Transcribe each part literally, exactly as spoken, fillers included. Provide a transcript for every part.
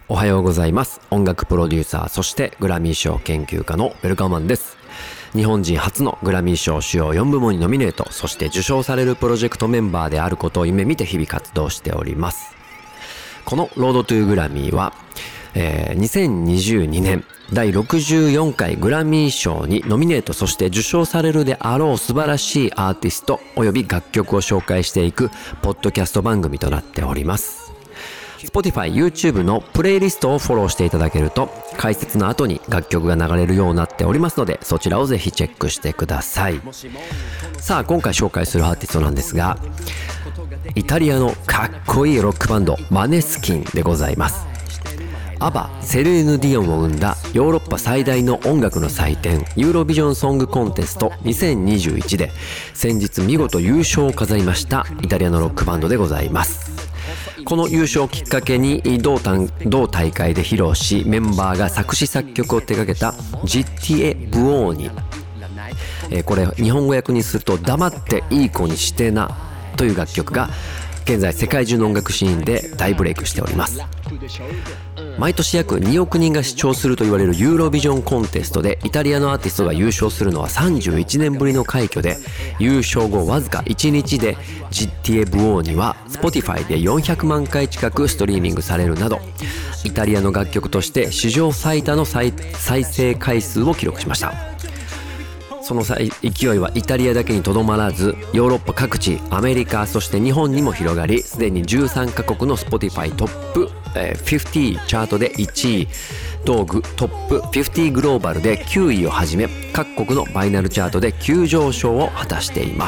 おはようございます。音楽プロデューサー、そしてグラミー賞研究家のウェルカーマンです。日本人初のグラミー賞主要よん部門にノミネート、そして受賞されるプロジェクトメンバーであることを夢見て日々活動しております。このロードトゥーグラミーは、えー、にせんにじゅうにねんだいろくじゅうよんかいグラミー賞にノミネート、そして受賞されるであろう素晴らしいアーティストおよび楽曲を紹介していくポッドキャスト番組となっております。Spotify、YouTube のプレイリストをフォローしていただけると解説の後に楽曲が流れるようになっておりますので、そちらをぜひチェックしてください。さあ、今回紹介するアーティストなんですが、イタリアのかっこいいロックバンドマネスキンでございます。アバ、セレーヌ・ディオンを生んだヨーロッパ最大の音楽の祭典ユーロビジョンソングコンテストにせんにじゅういちで先日見事優勝を飾りましたイタリアのロックバンドでございます。この優勝をきっかけに同, 同大会で披露し、メンバーが作詞作曲を手掛けたジッティエ・ブオーニ、えー、これ日本語訳にすると黙っていい子にしてなという楽曲が現在世界中の音楽シーンで大ブレイクしております。毎年約におくにんが視聴すると言われるユーロビジョンコンテストでイタリアのアーティストが優勝するのはさんじゅういちねんぶりの快挙で、優勝後わずかいちにちでジッティエ・ブオーニは Spotify でよんひゃくまんかい近くストリーミングされるなど、イタリアの楽曲として史上最多の 再, 再生回数を記録しました。その勢いはイタリアだけにとどまらず、ヨーロッパ各地、アメリカ、そして日本にも広がり、すでにじゅうさんかこくの Spotify トップ、えー、ごじゅうチャートでいちい、同グトップごじゅうグローバルできゅういをはじめ、各国のバイナルチャートで急上昇を果たしています。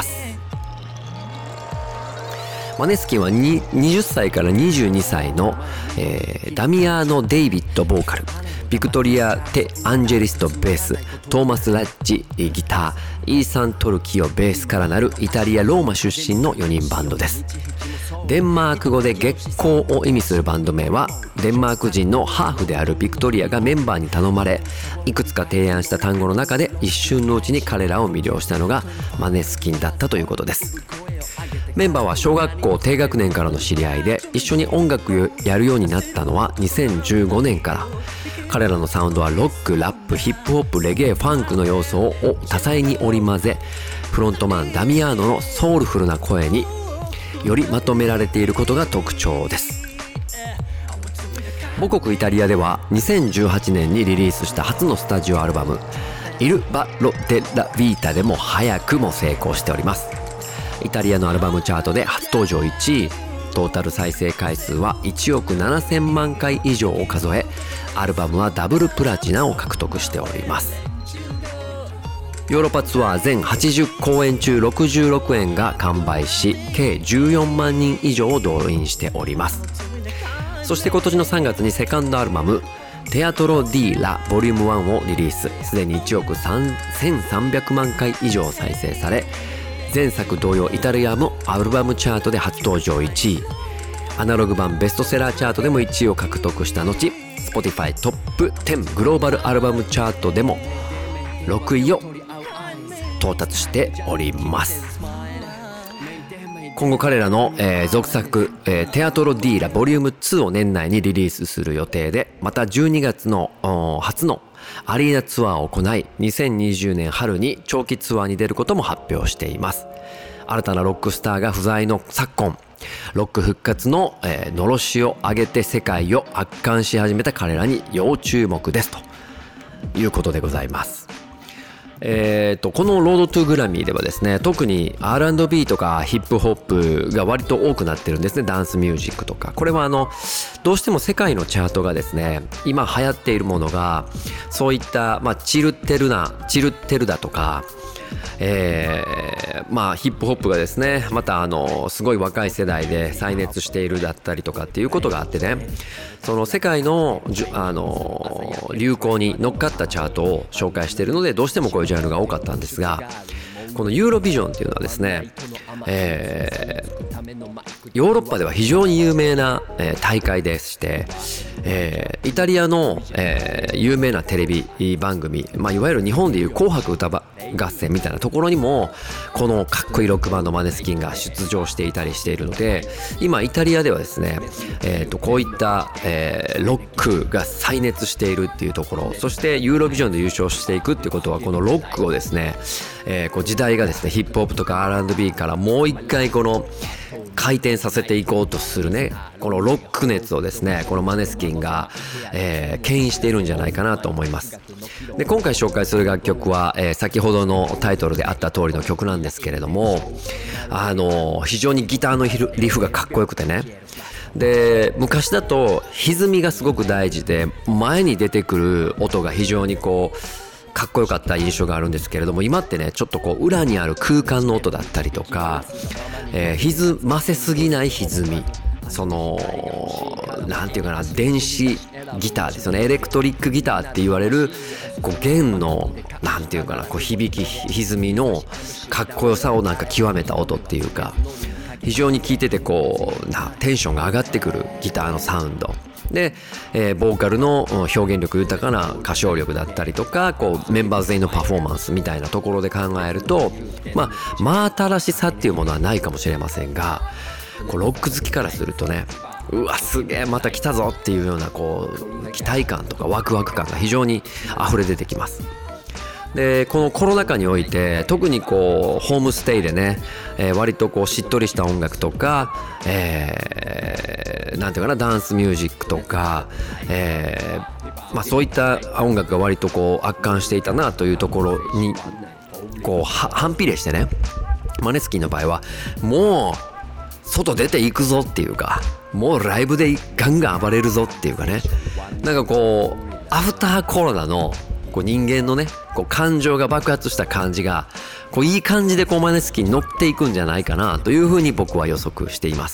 マネスキンははたちからにじゅうにさいの、えー、ダミアーノ・デイビッドボーカル、ビクトリア・テ・アンジェリストベース、トーマス・ラッジギター、イーサン・トルキオベースからなるイタリア・ローマ出身のよにんバンドです。デンマーク語で月光を意味するバンド名はデンマーク人のハーフであるビクトリアがメンバーに頼まれ、いくつか提案した単語の中で一瞬のうちに彼らを魅了したのがマネスキンだったということです。メンバーは小学校低学年からの知り合いで、一緒に音楽をやるようになったのはにせんじゅうごねんから。彼らのサウンドはロック、ラップ、ヒップホップ、レゲエ、ファンクの要素を多彩に織り交ぜ、フロントマンダミアーノのソウルフルな声によりまとめられていることが特徴です。母国イタリアではにせんじゅうはちねんにリリースした初のスタジオアルバムイル・バロ・デ・ラ・ヴィータでも早くも成功しております。イタリアのアルバムチャートで初登場いちい、トータル再生回数はいちおくななせんまんかい以上を数え、アルバムはダブルプラチナを獲得しております。ヨーロッパツアー全はちじゅっこうえん中ろくじゅうろくえんが完売し、計じゅうよんまんにん以上を動員しております。そして今年のさんがつにセカンドアルバムテアトロ・ディ・ラ・ボリュームワンをリリース。すでにいちおくせんさんびゃくまんかい以上再生され、前作同様イタリアもアルバムチャートで初登場いちい、アナログ版ベストセラーチャートでもいちいを獲得した後、 Spotify トップじゅうグローバルアルバムチャートでもろくいを到達しております。今後彼らの、えー、続作、えー、テアトロ・ディーラボリュームツーを年内にリリースする予定で、またじゅうにがつの初のアリーナツアーを行い、にせんにじゅうねん春に長期ツアーに出ることも発表しています。新たなロックスターが不在の昨今、ロック復活の、えー、のろしを上げて世界を圧巻し始めた彼らに要注目ですということでございます。えー、とこのロードトゥーグラミーではですね、特に アールアンドビー とかヒップホップが割と多くなってるんですね。ダンスミュージックとか、これはあのどうしても世界のチャートがですね、今流行っているものがそういった、まあ、チルテルなチルテルだとか、えー、まあヒップホップがですね、またあのすごい若い世代で再熱しているだったりとかっていうことがあってね、その世界の、あの流行に乗っかったチャートを紹介しているので、どうしてもこういうジャンルが多かったんですが、このユーロビジョンっていうのはですね、えー、ヨーロッパでは非常に有名な、えー、大会でして、えー、イタリアの、えー、有名なテレビ番組、まあ、いわゆる日本でいう紅白歌ば合戦みたいなところにもこのかっこいいロックバンドマネスキンが出場していたりしているので、今イタリアではですね、えー、とこういった、えー、ロックが再熱しているっていうところ、そしてユーロビジョンで優勝していくっていうことは、このロックをですね、えー、こう時代がですねヒップホップとか アールアンドビー からもう一回この回転させていこうとするね、このロック熱をですね、このマネスキンが、えー、牽引しているんじゃないかなと思います。で、今回紹介する楽曲は、えー、先ほどのタイトルであった通りの曲なんですけれども、あのー、非常にギターのリフがかっこよくてね、で昔だと歪みがすごく大事で、前に出てくる音が非常にこうかっこよかった印象があるんですけれども、今ってねちょっとこう裏にある空間の音だったりとか、えー、歪ませすぎない歪み、そのなんていうかな、電子ギターですよね、エレクトリックギターって言われるこう弦のなんていうかな、こう響き歪みのかっこよさをなんか極めた音っていうか、非常に聴いててこうなテンションが上がってくるギターのサウンドで、えー、ボーカルの表現力豊かな歌唱力だったりとか、こうメンバー全員のパフォーマンスみたいなところで考えると、まあ真新しさっていうものはないかもしれませんが、こうロック好きからするとね、うわすげえまた来たぞっていうようなこう期待感とかワクワク感が非常に溢れ出てきます。でこのコロナ禍において特にこうホームステイでね、えー、割とこうしっとりした音楽とか、えー、なんていうかな、ダンスミュージックとか、えーまあ、そういった音楽が割とこう圧巻していたなというところにこう反比例してね、マネスキンの場合はもう外出ていくぞっていうか、もうライブでガンガン暴れるぞっていうかね、なんかこうアフターコロナのこう人間のねこう感情が爆発した感じがこういい感じでこうマネスキンに乗っていくんじゃないかなというふうに僕は予測しています。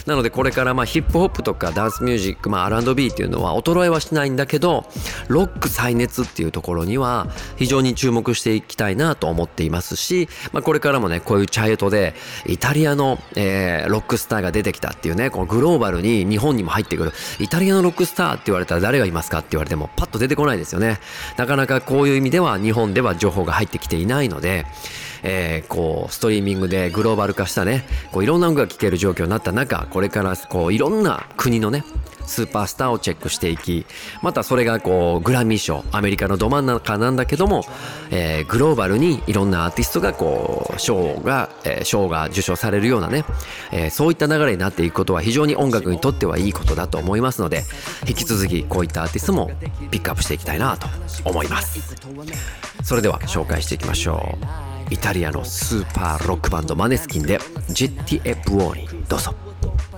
なのでこれからまあヒップホップとかダンスミュージック、まあ、アールアンドビー っていうのは衰えはしないんだけど、ロック再熱っていうところには非常に注目していきたいなと思っていますし、まあ、これからもねこういうチャートでイタリアの、えー、ロックスターが出てきたっていうね、このグローバルに日本にも入ってくるイタリアのロックスターって言われたら誰がいますかって言われてもパッと出てこないですよね。なかなかこういう意味では日本では情報が入ってきていないので、えー、こうストリーミングでグローバル化したね、こういろんな音楽が聴ける状況になった中、これからこういろんな国のねスーパースターをチェックしていき、またそれがこうグラミー賞、アメリカのど真ん中なんだけども、えー、グローバルにいろんなアーティストがこう賞が、えー、賞が受賞されるようなね、えー、そういった流れになっていくことは非常に音楽にとってはいいことだと思いますので、引き続きこういったアーティストもピックアップしていきたいなと思います。それでは紹介していきましょう。イタリアのスーパーロックバンドマネスキンでジェッティエプオーニ、どうぞ。